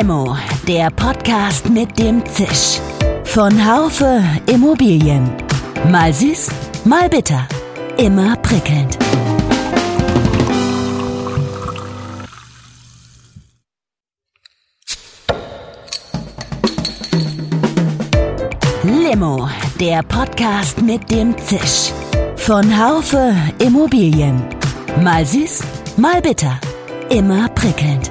Limo, der Podcast mit dem Zisch. Von Haufe Immobilien. Mal süß, mal bitter. Immer prickelnd. Limo, der Podcast mit dem Zisch. Von Haufe Immobilien. Mal süß, mal bitter. Immer prickelnd.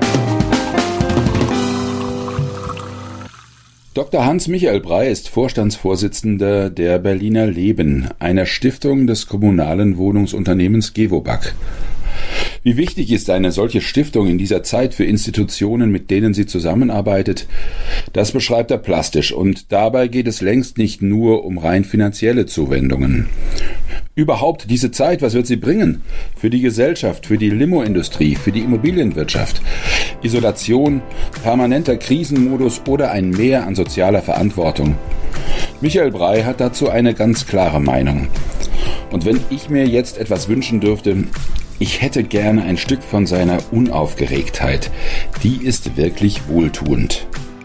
Dr. Hans-Michael Brey ist Vorstandsvorsitzender der Berliner Leben, einer Stiftung des kommunalen Wohnungsunternehmens Gewobag. Wie wichtig ist eine solche Stiftung in dieser Zeit für Institutionen, mit denen sie zusammenarbeitet? Das beschreibt er plastisch, und dabei geht es längst nicht nur um rein finanzielle Zuwendungen. Überhaupt diese Zeit, was wird sie bringen? Für die Gesellschaft, für die Limo-Industrie, für die Immobilienwirtschaft. Isolation, permanenter Krisenmodus oder ein Mehr an sozialer Verantwortung. Michael Brey hat dazu eine ganz klare Meinung. Und wenn ich mir jetzt etwas wünschen dürfte, ich hätte gerne ein Stück von seiner Unaufgeregtheit. Die ist wirklich wohltuend.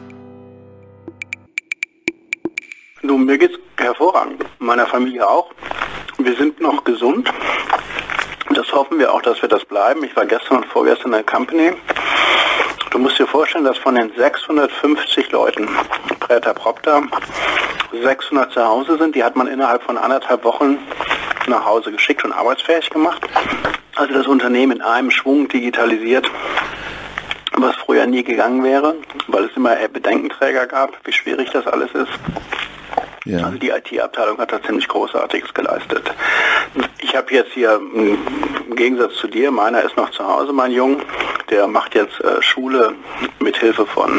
Nun, mir geht's hervorragend. Meiner Familie auch. Wir sind noch gesund. Das hoffen wir auch, dass wir das bleiben. Ich war gestern und vorgestern in der Company. Du musst dir vorstellen, dass von den 650 Leuten Präter Propter 600 zu Hause sind. Die hat man innerhalb von 1,5 Wochen nach Hause geschickt und arbeitsfähig gemacht. Also das Unternehmen in einem Schwung digitalisiert, was früher nie gegangen wäre, weil es immer Bedenkenträger gab, wie schwierig das alles ist. Ja. Also die IT-Abteilung hat da ziemlich Großartiges geleistet. Ich habe jetzt hier, im Gegensatz zu dir, meiner ist noch zu Hause, mein Junge, der macht jetzt Schule mit Hilfe von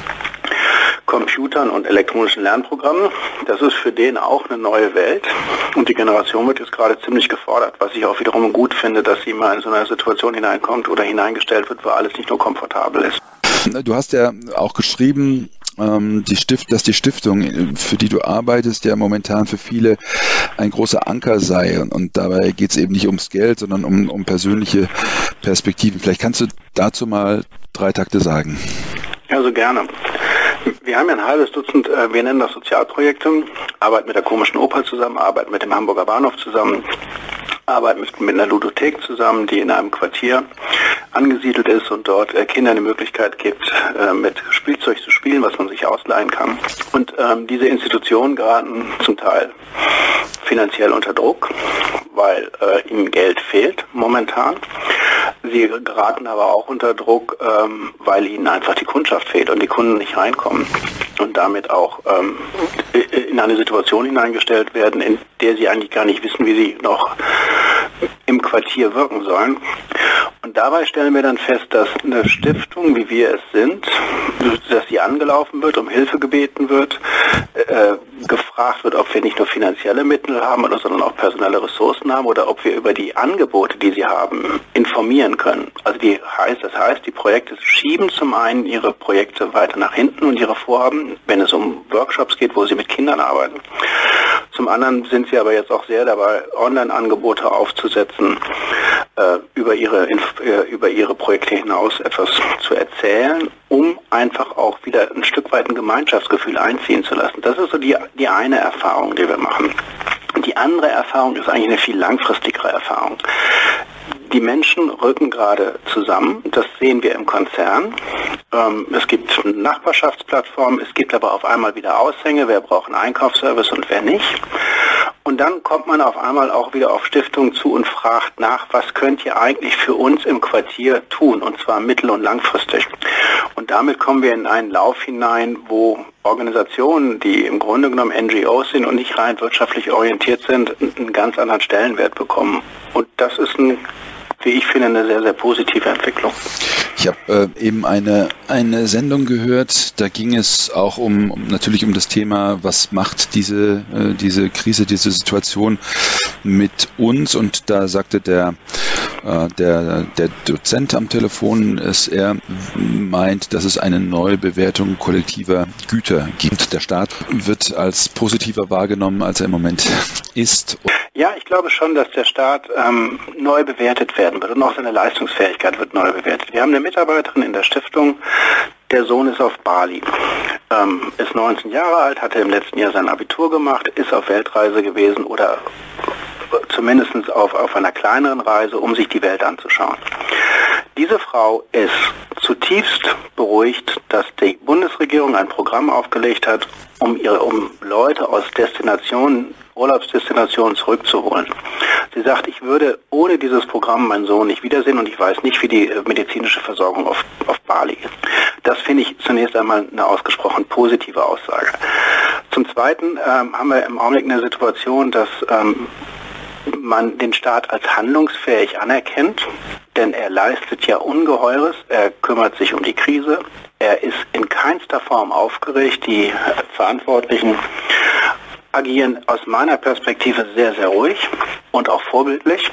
Computern und elektronischen Lernprogrammen. Das ist für den auch eine neue Welt, und die Generation wird jetzt gerade ziemlich gefordert, was ich auch wiederum gut finde, dass sie mal in so eine Situation hineinkommt oder hineingestellt wird, wo alles nicht nur komfortabel ist. Du hast ja auch geschrieben, dass die Stiftung, für die du arbeitest, ja momentan für viele ein großer Anker sei. Und dabei geht es eben nicht ums Geld, sondern um persönliche Perspektiven. Vielleicht kannst du dazu mal 3 Takte sagen. Ja, so gerne. Wir haben ja ein halbes Dutzend, wir nennen das Sozialprojekte, arbeiten mit der Komischen Oper zusammen, arbeiten mit dem Hamburger Bahnhof zusammen, arbeiten mit einer Ludothek zusammen, die in einem Quartier angesiedelt ist und dort Kindern die Möglichkeit gibt, mit Spielzeug zu spielen, was man sich ausleihen kann. Und diese Institutionen geraten zum Teil finanziell unter Druck, weil ihnen Geld fehlt momentan. Sie geraten aber auch unter Druck, weil ihnen einfach die Kundschaft fehlt und die Kunden nicht reinkommen und damit auch in eine Situation hineingestellt werden, in der sie eigentlich gar nicht wissen, wie sie noch im Quartier wirken sollen. Und dabei stellen wir dann fest, dass eine Stiftung, wie wir es sind, dass sie angelaufen wird, um Hilfe gebeten wird, gefragt wird, ob wir nicht nur finanzielle Mittel haben, sondern auch personelle Ressourcen haben, oder ob wir über die Angebote, die sie haben, informieren können. Also das heißt, die Projekte schieben zum einen ihre Projekte weiter nach hinten und ihre Vorhaben, wenn es um Workshops geht, wo sie mit Kindern arbeiten. Zum anderen sind sie aber jetzt auch sehr dabei, Online-Angebote aufzusetzen, über ihre Projekte hinaus etwas zu erzählen, um einfach auch wieder ein Stück weit ein Gemeinschaftsgefühl einziehen zu lassen. Das ist so die eine Erfahrung, die wir machen. Die andere Erfahrung ist eigentlich eine viel langfristigere Erfahrung. Die Menschen rücken gerade zusammen, das sehen wir im Konzern. Es gibt Nachbarschaftsplattformen, es gibt aber auf einmal wieder Aushänge, wer braucht einen Einkaufsservice und wer nicht. Und dann kommt man auf einmal auch wieder auf Stiftungen zu und fragt nach, was könnt ihr eigentlich für uns im Quartier tun, und zwar mittel- und langfristig. Und damit kommen wir in einen Lauf hinein, wo Organisationen, die im Grunde genommen NGOs sind und nicht rein wirtschaftlich orientiert sind, einen ganz anderen Stellenwert bekommen. Und das ist wie ich finde, eine sehr, sehr positive Entwicklung. Ich habe eben eine Sendung gehört, da ging es auch natürlich um das Thema, was macht diese Krise, diese Situation mit uns, und da sagte der Dozent am Telefon, er meint, dass es eine Neubewertung kollektiver Güter gibt. Der Staat wird als positiver wahrgenommen, als er im Moment ist. Ja, ich glaube schon, dass der Staat neu bewertet werden wird und auch seine Leistungsfähigkeit wird neu bewertet. Wir haben eine Mitarbeiterin in der Stiftung, Der Sohn ist auf Bali, ist 19 Jahre alt, hatte im letzten Jahr sein Abitur gemacht, ist auf Weltreise gewesen oder zumindest auf einer kleineren Reise, um sich die Welt anzuschauen. Diese Frau ist zutiefst beruhigt, dass die Bundesregierung ein Programm aufgelegt hat, um Leute aus Urlaubsdestinationen zurückzuholen. Sie sagt, ich würde ohne dieses Programm meinen Sohn nicht wiedersehen und ich weiß nicht, wie die medizinische Versorgung auf Bali ist. Das finde ich zunächst einmal eine ausgesprochen positive Aussage. Zum Zweiten haben wir im Augenblick eine Situation, dass man den Staat als handlungsfähig anerkennt, denn er leistet ja Ungeheures, er kümmert sich um die Krise, er ist in keinster Form aufgeregt, die Verantwortlichen agieren aus meiner Perspektive sehr, sehr ruhig und auch vorbildlich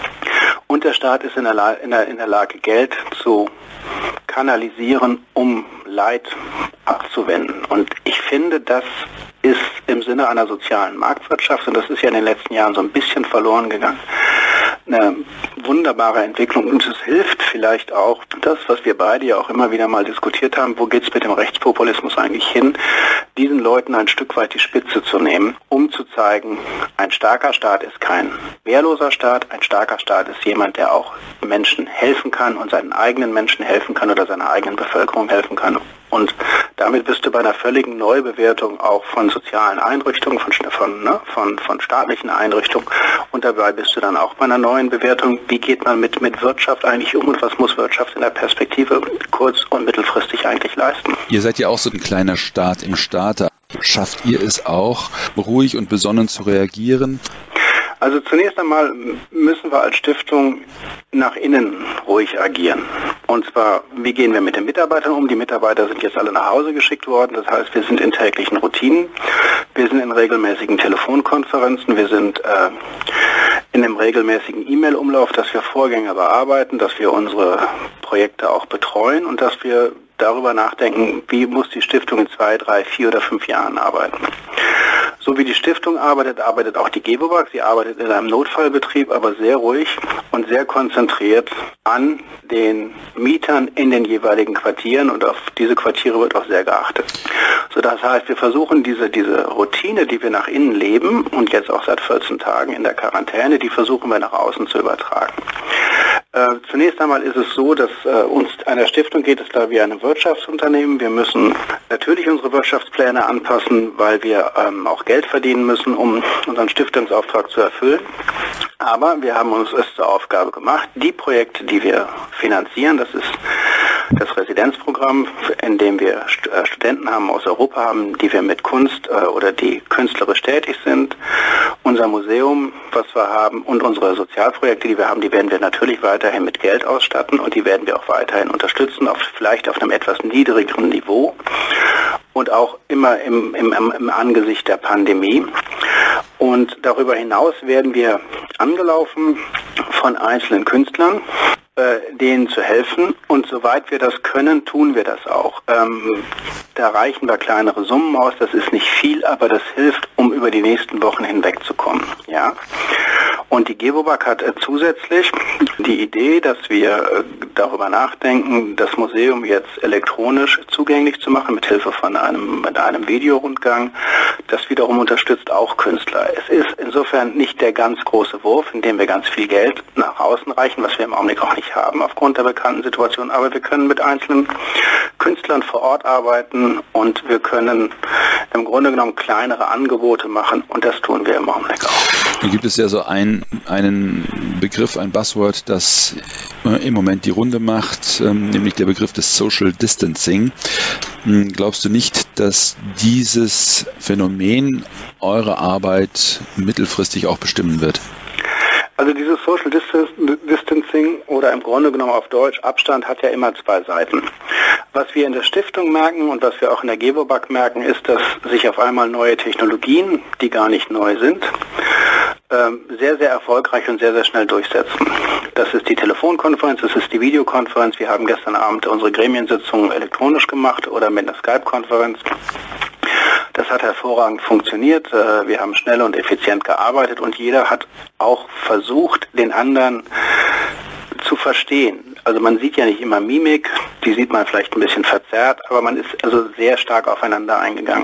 und der Staat ist in der Lage, Geld zu kanalisieren, um Leid abzuwenden. Und ich finde, das ist im Sinne einer sozialen Marktwirtschaft, und das ist ja in den letzten Jahren so ein bisschen verloren gegangen, eine wunderbare Entwicklung. Und es hilft vielleicht auch, das, was wir beide ja auch immer wieder mal diskutiert haben, wo geht es mit dem Rechtspopulismus eigentlich hin, diesen Leuten ein Stück weit die Spitze zu nehmen, um zu zeigen, ein starker Staat ist kein wehrloser Staat, ein starker Staat ist jemand, der auch Menschen helfen kann und seinen eigenen Menschen helfen kann oder seiner eigenen Bevölkerung helfen kann. Und damit bist du bei einer völligen Neubewertung auch von sozialen Einrichtungen, von staatlichen Einrichtungen. Und dabei bist du dann auch bei einer neuen Bewertung, wie geht man mit Wirtschaft eigentlich um und was muss Wirtschaft in der Perspektive kurz- und mittelfristig eigentlich leisten. Ihr seid ja auch so ein kleiner Staat im Staate. Schafft ihr es auch, ruhig und besonnen zu reagieren? Also zunächst einmal müssen wir als Stiftung nach innen ruhig agieren. Und zwar, wie gehen wir mit den Mitarbeitern um? Die Mitarbeiter sind jetzt alle nach Hause geschickt worden. Das heißt, wir sind in täglichen Routinen. Wir sind in regelmäßigen Telefonkonferenzen. Wir sind in einem regelmäßigen E-Mail-Umlauf, dass wir Vorgänge bearbeiten, dass wir unsere Projekte auch betreuen und dass wir darüber nachdenken, wie muss die Stiftung in 2, 3, 4 oder 5 Jahren arbeiten. So wie die Stiftung arbeitet auch die GEWOBAG. Sie arbeitet in einem Notfallbetrieb, aber sehr ruhig und sehr konzentriert an den Mietern in den jeweiligen Quartieren und auf diese Quartiere wird auch sehr geachtet. So, das heißt, wir versuchen diese Routine, die wir nach innen leben und jetzt auch seit 14 Tagen in der Quarantäne, die versuchen wir nach außen zu übertragen. Zunächst einmal ist es so, dass uns einer Stiftung geht es da wie einem Wirtschaftsunternehmen. Wir müssen natürlich unsere Wirtschaftspläne anpassen, weil wir auch Geld verdienen müssen, um unseren Stiftungsauftrag zu erfüllen. Aber wir haben uns es zur Aufgabe gemacht, die Projekte, die wir finanzieren, das ist das Residenzprogramm, in dem wir Studenten haben aus Europa haben, die wir mit Kunst oder die künstlerisch tätig sind, unser Museum, was wir haben und unsere Sozialprojekte, die wir haben, die werden wir natürlich weiterhin mit Geld ausstatten und die werden wir auch weiterhin unterstützen, vielleicht auf einem etwas niedrigeren Niveau und auch immer im Angesicht der Pandemie. Und darüber hinaus werden wir angelaufen von einzelnen Künstlern, denen zu helfen und soweit wir das können, tun wir das auch. Da reichen wir kleinere Summen aus, das ist nicht viel, aber das hilft, um über die nächsten Wochen hinwegzukommen. Ja? Und die GEWOBAG hat zusätzlich die Idee, dass wir darüber nachdenken, das Museum jetzt elektronisch zugänglich zu machen, mit Hilfe von einem Videorundgang. Das wiederum unterstützt auch Künstler. Es ist insofern nicht der ganz große Wurf, in dem wir ganz viel Geld nach außen reichen, was wir im Augenblick auch nicht haben aufgrund der bekannten Situation, aber wir können mit einzelnen Künstlern vor Ort arbeiten und wir können im Grunde genommen kleinere Angebote machen und das tun wir im Augenblick auch. Nun gibt es ja so einen Begriff, ein Buzzword, das im Moment die Runde macht, nämlich der Begriff des Social Distancing. Glaubst du nicht, dass dieses Phänomen eure Arbeit mittelfristig auch bestimmen wird? Also dieses Social Distancing oder im Grunde genommen auf Deutsch Abstand hat ja immer zwei Seiten. Was wir in der Stiftung merken und was wir auch in der GEWOBAG merken, ist, dass sich auf einmal neue Technologien, die gar nicht neu sind, sehr, sehr erfolgreich und sehr, sehr schnell durchsetzen. Das ist die Telefonkonferenz, das ist die Videokonferenz. Wir haben gestern Abend unsere Gremiensitzung elektronisch gemacht oder mit einer Skype-Konferenz. Das hat hervorragend funktioniert. Wir haben schnell und effizient gearbeitet und jeder hat auch versucht, den anderen zu verstehen. Also man sieht ja nicht immer Mimik, die sieht man vielleicht ein bisschen verzerrt, aber man ist also sehr stark aufeinander eingegangen.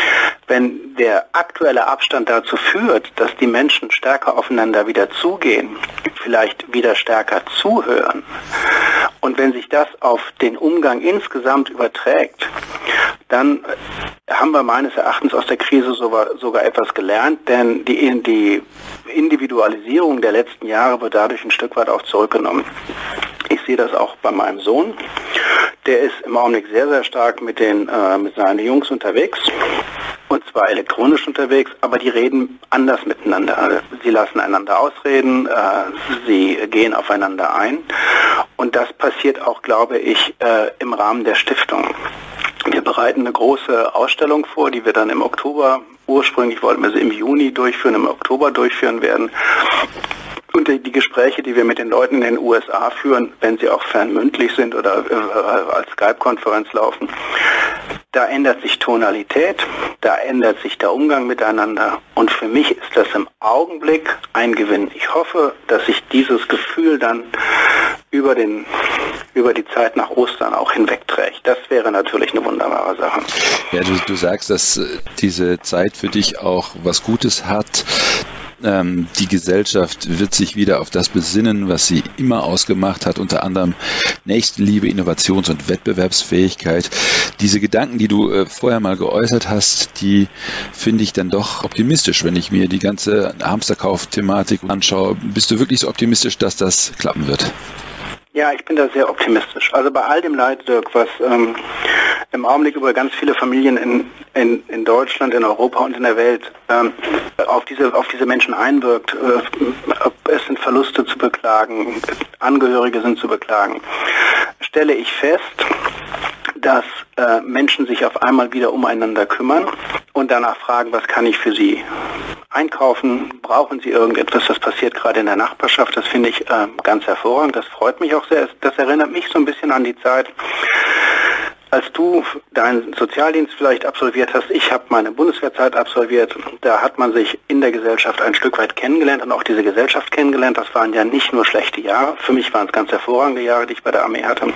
Wenn der aktuelle Abstand dazu führt, dass die Menschen stärker aufeinander wieder zugehen, vielleicht wieder stärker zuhören, und wenn sich das auf den Umgang insgesamt überträgt, dann haben wir meines Erachtens aus der Krise sogar etwas gelernt, denn die Individualisierung der letzten Jahre wird dadurch ein Stück weit auch zurückgenommen. Ich sehe das auch bei meinem Sohn. Der ist im Augenblick sehr, sehr stark mit seinen Jungs unterwegs. Und zwar elektronisch unterwegs, aber die reden anders miteinander. Sie lassen einander ausreden, sie gehen aufeinander ein. Und das passiert auch, glaube ich, im Rahmen der Stiftung. Wir bereiten eine große Ausstellung vor, die wir dann im Oktober, ursprünglich wollten wir sie im Juni durchführen, im Oktober durchführen werden. Und die Gespräche, die wir mit den Leuten in den USA führen, wenn sie auch fernmündlich sind oder als Skype-Konferenz laufen, da ändert sich Tonalität, da ändert sich der Umgang miteinander. Und für mich ist das im Augenblick ein Gewinn. Ich hoffe, dass sich dieses Gefühl dann über die Zeit nach Ostern auch hinwegträgt. Das wäre natürlich eine wunderbare Sache. Ja, du sagst, dass diese Zeit für dich auch was Gutes hat. Die Gesellschaft wird sich wieder auf das besinnen, was sie immer ausgemacht hat, unter anderem Nächstenliebe, Innovations- und Wettbewerbsfähigkeit. Diese Gedanken, die du vorher mal geäußert hast, die finde ich dann doch optimistisch, wenn ich mir die ganze Hamsterkauf-Thematik anschaue. Bist du wirklich so optimistisch, dass das klappen wird? Ja, ich bin da sehr optimistisch. Also bei all dem Leid, Dirk, was im Augenblick über ganz viele Familien in Deutschland, in Europa und in der Welt auf diese Menschen einwirkt, es sind Verluste zu beklagen, Angehörige sind zu beklagen, stelle ich fest, dass Menschen sich auf einmal wieder umeinander kümmern und danach fragen, was kann ich für sie einkaufen, brauchen sie irgendetwas, das passiert gerade in der Nachbarschaft, das finde ich ganz hervorragend, das freut mich auch sehr, das erinnert mich so ein bisschen an die Zeit, als du deinen Sozialdienst vielleicht absolviert hast. Ich habe meine Bundeswehrzeit absolviert, da hat man sich in der Gesellschaft ein Stück weit kennengelernt und auch diese Gesellschaft kennengelernt, das waren ja nicht nur schlechte Jahre, für mich waren es ganz hervorragende Jahre, die ich bei der Armee hatte.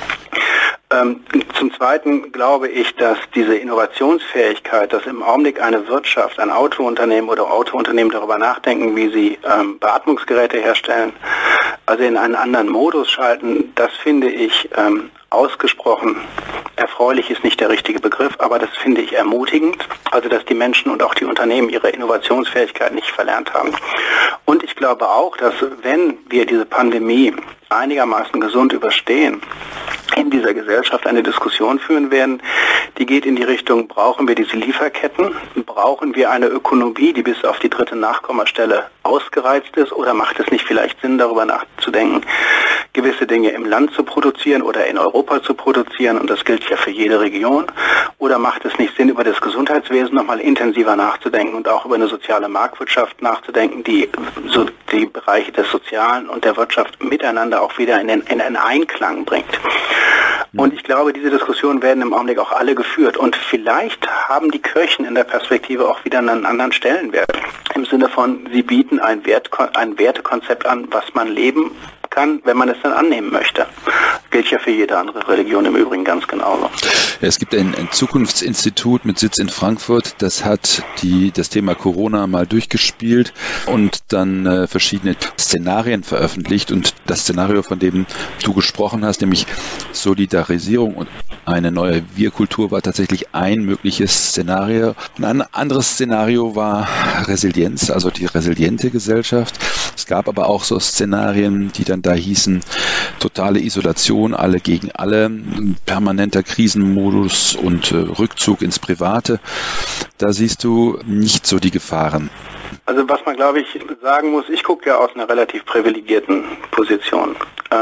Zum Zweiten glaube ich, dass diese Innovationsfähigkeit, dass im Augenblick eine Wirtschaft, ein Autounternehmen oder Autounternehmen darüber nachdenken, wie sie Beatmungsgeräte herstellen, also in einen anderen Modus schalten, das finde ich ausgesprochen erfreulich ist nicht der richtige Begriff, aber das finde ich ermutigend, also dass die Menschen und auch die Unternehmen ihre Innovationsfähigkeit nicht verlernt haben. Und ich glaube auch, dass wenn wir diese Pandemie einigermaßen gesund überstehen, in dieser Gesellschaft eine Diskussion führen werden, die geht in die Richtung, brauchen wir diese Lieferketten, brauchen wir eine Ökonomie, die bis auf die 3. Nachkommastelle ausgereizt ist, oder macht es nicht vielleicht Sinn, darüber nachzudenken, gewisse Dinge im Land zu produzieren oder in Europa zu produzieren, und das gilt ja für jede Region, oder macht es nicht Sinn, über das Gesundheitswesen nochmal intensiver nachzudenken und auch über eine soziale Marktwirtschaft nachzudenken, die so die Bereiche des Sozialen und der Wirtschaft miteinander auch wieder in einen Einklang bringt. Und ich glaube, diese Diskussionen werden im Augenblick auch alle geführt. Und vielleicht haben die Kirchen in der Perspektive auch wieder einen anderen Stellenwert. Im Sinne von, sie bieten ein Wertekonzept an, was man leben kann, wenn man es dann annehmen möchte. Gilt ja für jede andere Religion im Übrigen ganz genauso. Ja, es gibt ein Zukunftsinstitut mit Sitz in Frankfurt, das hat das Thema Corona mal durchgespielt und dann verschiedene Szenarien veröffentlicht. Und das Szenario, von dem du gesprochen hast, nämlich Solidarisierung und eine neue Wir-Kultur, war tatsächlich ein mögliches Szenario. Ein anderes Szenario war Resilienz, also die resiliente Gesellschaft. Es gab aber auch so Szenarien, die dann da hießen, totale Isolation, alle gegen alle, permanenter Krisenmodus und Rückzug ins Private. Da siehst du nicht so die Gefahren. Also was man, glaube ich, sagen muss, ich gucke ja aus einer relativ privilegierten Position.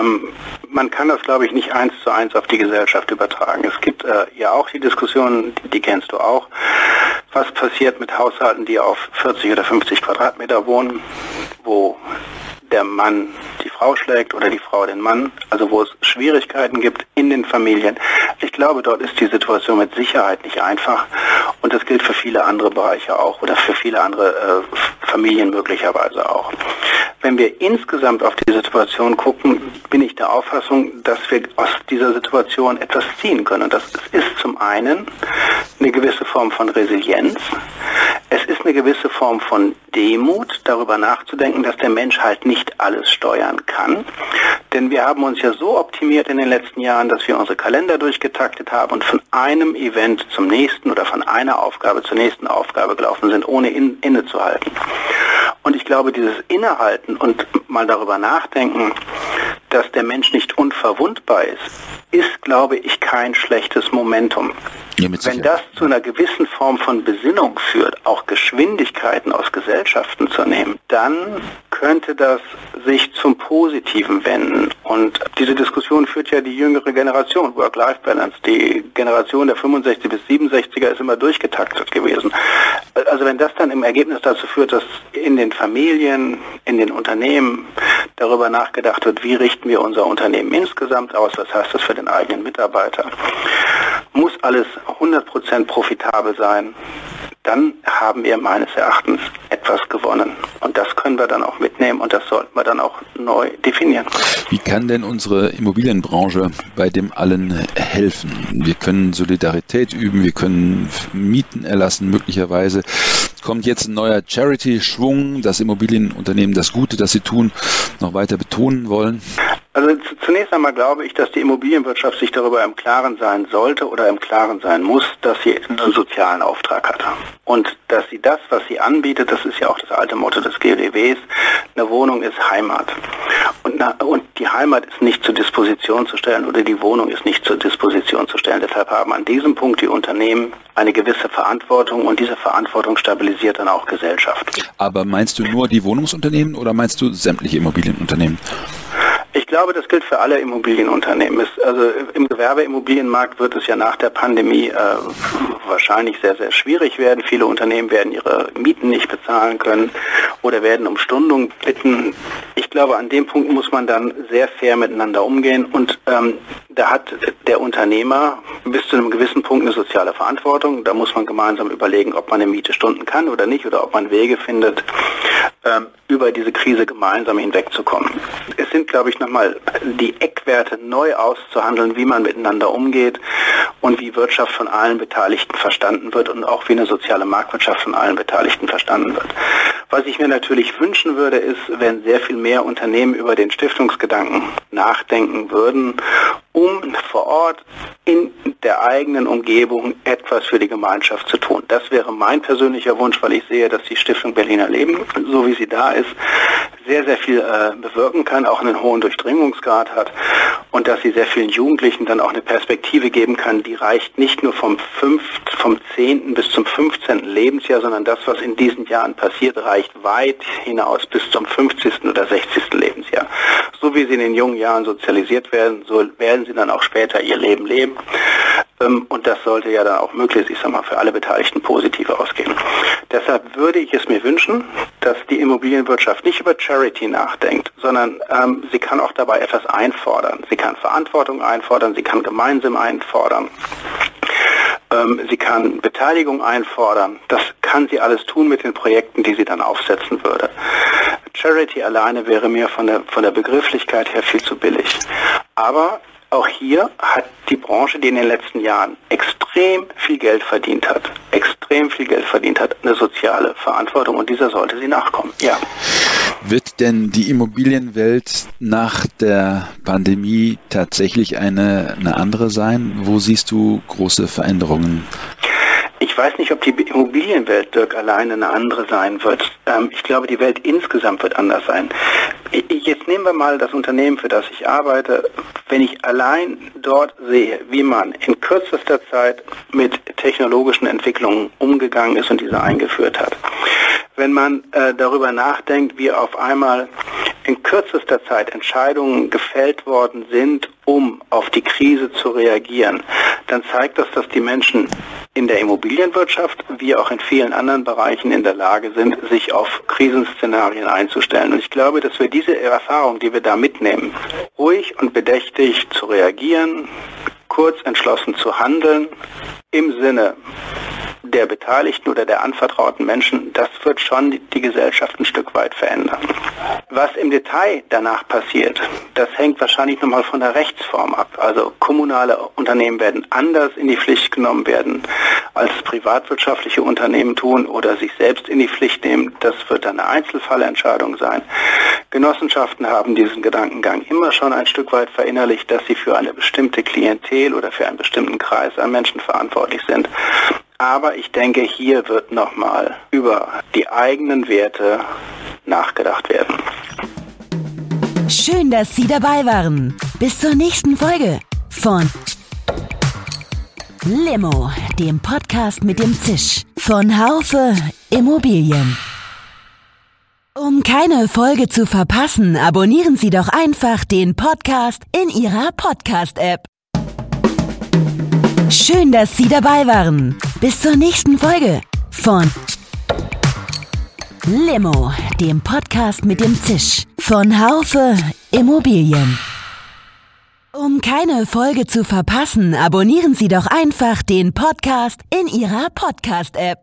Man kann das, glaube ich, nicht 1:1 auf die Gesellschaft übertragen. Es gibt ja auch die Diskussion, die kennst du auch, was passiert mit Haushalten, die auf 40 oder 50 Quadratmeter wohnen, wo der Mann die Frau schlägt oder die Frau den Mann, also wo es Schwierigkeiten gibt in den Familien. Ich glaube, dort ist die Situation mit Sicherheit nicht einfach und das gilt für viele andere Bereiche auch oder für viele andere Familien möglicherweise auch. Wenn wir insgesamt auf die Situation gucken, bin ich der Auffassung, dass wir aus dieser Situation etwas ziehen können. Und das ist zum einen eine gewisse Form von Resilienz. Es ist eine gewisse Form von Demut, darüber nachzudenken, dass der Mensch halt nicht alles steuern kann. Denn wir haben uns ja so optimiert in den letzten Jahren, dass wir unsere Kalender durchgetaktet haben und von einem Event zum nächsten oder von einer Aufgabe zur nächsten Aufgabe gelaufen sind, ohne innezuhalten. Und ich glaube, dieses Innehalten und mal darüber nachdenken, dass der Mensch nicht unverwundbar ist, glaube ich, kein schlechtes Momentum. Ja, wenn das zu einer gewissen Form von Besinnung führt, auch Geschwindigkeiten aus Gesellschaften zu nehmen, dann könnte das sich zum Positiven wenden. Und diese Diskussion führt ja die jüngere Generation, Work-Life-Balance. Die Generation der 65 bis 67er ist immer durchgetaktet gewesen. Also wenn das dann im Ergebnis dazu führt, dass in den Familien, in den Unternehmen darüber nachgedacht wird, wie richten wir unser Unternehmen insgesamt aus, was heißt das für den eigenen Mitarbeiter, muss alles 100% profitabel sein, dann haben wir meines Erachtens etwas gewonnen. Und das können wir dann auch mitnehmen und das sollten wir dann auch neu definieren. Wie kann denn unsere Immobilienbranche bei dem allen helfen? Wir können Solidarität üben, wir können Mieten erlassen, möglicherweise kommt jetzt ein neuer Charity-Schwung, dass Immobilienunternehmen das Gute, das sie tun, noch weiter betonen wollen? Also zunächst einmal glaube ich, dass die Immobilienwirtschaft sich darüber im Klaren sein sollte oder im Klaren sein muss, dass sie einen sozialen Auftrag hat. Und dass sie das, was sie anbietet, das ist ja auch das alte Motto des GDWs, eine Wohnung ist Heimat. Und die Heimat ist nicht zur Disposition zu stellen oder die Wohnung ist nicht zur Disposition zu stellen. Deshalb haben an diesem Punkt die Unternehmen eine gewisse Verantwortung und diese Verantwortung stabilisiert dann auch Gesellschaft. Aber meinst du nur die Wohnungsunternehmen oder meinst du sämtliche Immobilienunternehmen? Ich glaube, das gilt für alle Immobilienunternehmen. Also im Gewerbeimmobilienmarkt wird es ja nach der Pandemie wahrscheinlich sehr, sehr schwierig werden. Viele Unternehmen werden ihre Mieten nicht bezahlen können oder werden um Stundung bitten. Ich glaube, an dem Punkt muss man dann sehr fair miteinander umgehen und da hat der Unternehmer bis zu einem gewissen Punkt eine soziale Verantwortung. Da muss man gemeinsam überlegen, ob man eine Miete stunden kann oder nicht oder ob man Wege findet, über diese Krise gemeinsam hinwegzukommen. Es sind, glaube ich, nochmal die Eckwerte neu auszuhandeln, wie man miteinander umgeht und wie Wirtschaft von allen Beteiligten verstanden wird und auch wie eine soziale Marktwirtschaft von allen Beteiligten verstanden wird. Was ich mir natürlich wünschen würde, ist, wenn sehr viel mehr Unternehmen über den Stiftungsgedanken nachdenken würden, um vor Ort in der eigenen Umgebung etwas für die Gemeinschaft zu tun. Das wäre mein persönlicher Wunsch, weil ich sehe, dass die Stiftung Berliner Leben, so wie sie da ist, sehr, sehr viel bewirken kann, auch einen hohen Durchdringungsgrad hat und dass sie sehr vielen Jugendlichen dann auch eine Perspektive geben kann, die reicht nicht nur vom 10. bis zum 15. Lebensjahr, sondern das, was in diesen Jahren passiert, reicht weit hinaus bis zum 50. oder 60. Lebensjahr. So wie sie in den jungen Jahren sozialisiert werden, so werden sie dann auch später ihr Leben leben. Und das sollte ja dann auch möglichst, ich sag mal, für alle Beteiligten positiv ausgehen. Deshalb würde ich es mir wünschen, dass die Immobilienwirtschaft nicht über Charity nachdenkt, sondern sie kann auch dabei etwas einfordern. Sie kann Verantwortung einfordern, sie kann gemeinsam einfordern. Sie kann Beteiligung einfordern. Das kann sie alles tun mit den Projekten, die sie dann aufsetzen würde. Charity alleine wäre mir von der Begrifflichkeit her viel zu billig. Aber auch hier hat die Branche, die in den letzten Jahren extrem viel Geld verdient hat, eine soziale Verantwortung und dieser sollte sie nachkommen. Ja. Wird denn die Immobilienwelt nach der Pandemie tatsächlich eine andere sein? Wo siehst du große Veränderungen? Ich weiß nicht, ob die Immobilienwelt, Dirk, alleine eine andere sein wird. Ich glaube, die Welt insgesamt wird anders sein. Jetzt nehmen wir mal das Unternehmen, für das ich arbeite. Wenn ich allein dort sehe, wie man in kürzester Zeit mit technologischen Entwicklungen umgegangen ist und diese eingeführt hat. Wenn man darüber nachdenkt, wie auf einmal in kürzester Zeit Entscheidungen gefällt worden sind, um auf die Krise zu reagieren, dann zeigt das, dass die Menschen in der Immobilienwirtschaft wie auch in vielen anderen Bereichen in der Lage sind, sich auf Krisenszenarien einzustellen. Und ich glaube, dass wir diese Erfahrung, die wir da mitnehmen, ruhig und bedächtig zu reagieren, kurz entschlossen zu handeln, im Sinne der Beteiligten oder der anvertrauten Menschen, das wird schon die Gesellschaft ein Stück weit verändern. Was im Detail danach passiert, das hängt wahrscheinlich nochmal von der Rechtsform ab. Also kommunale Unternehmen werden anders in die Pflicht genommen werden, als privatwirtschaftliche Unternehmen tun oder sich selbst in die Pflicht nehmen. Das wird dann eine Einzelfallentscheidung sein. Genossenschaften haben diesen Gedankengang immer schon ein Stück weit verinnerlicht, dass sie für eine bestimmte Klientel oder für einen bestimmten Kreis an Menschen verantwortlich sind. Aber ich denke, hier wird nochmal über die eigenen Werte nachgedacht werden. Schön, dass Sie dabei waren. Bis zur nächsten Folge von Limo, dem Podcast mit dem Zisch von Haufe Immobilien. Um keine Folge zu verpassen, abonnieren Sie doch einfach den Podcast in Ihrer Podcast-App. Schön, dass Sie dabei waren. Bis zur nächsten Folge von Limo, dem Podcast mit dem Zisch von Haufe Immobilien. Um keine Folge zu verpassen, abonnieren Sie doch einfach den Podcast in Ihrer Podcast-App.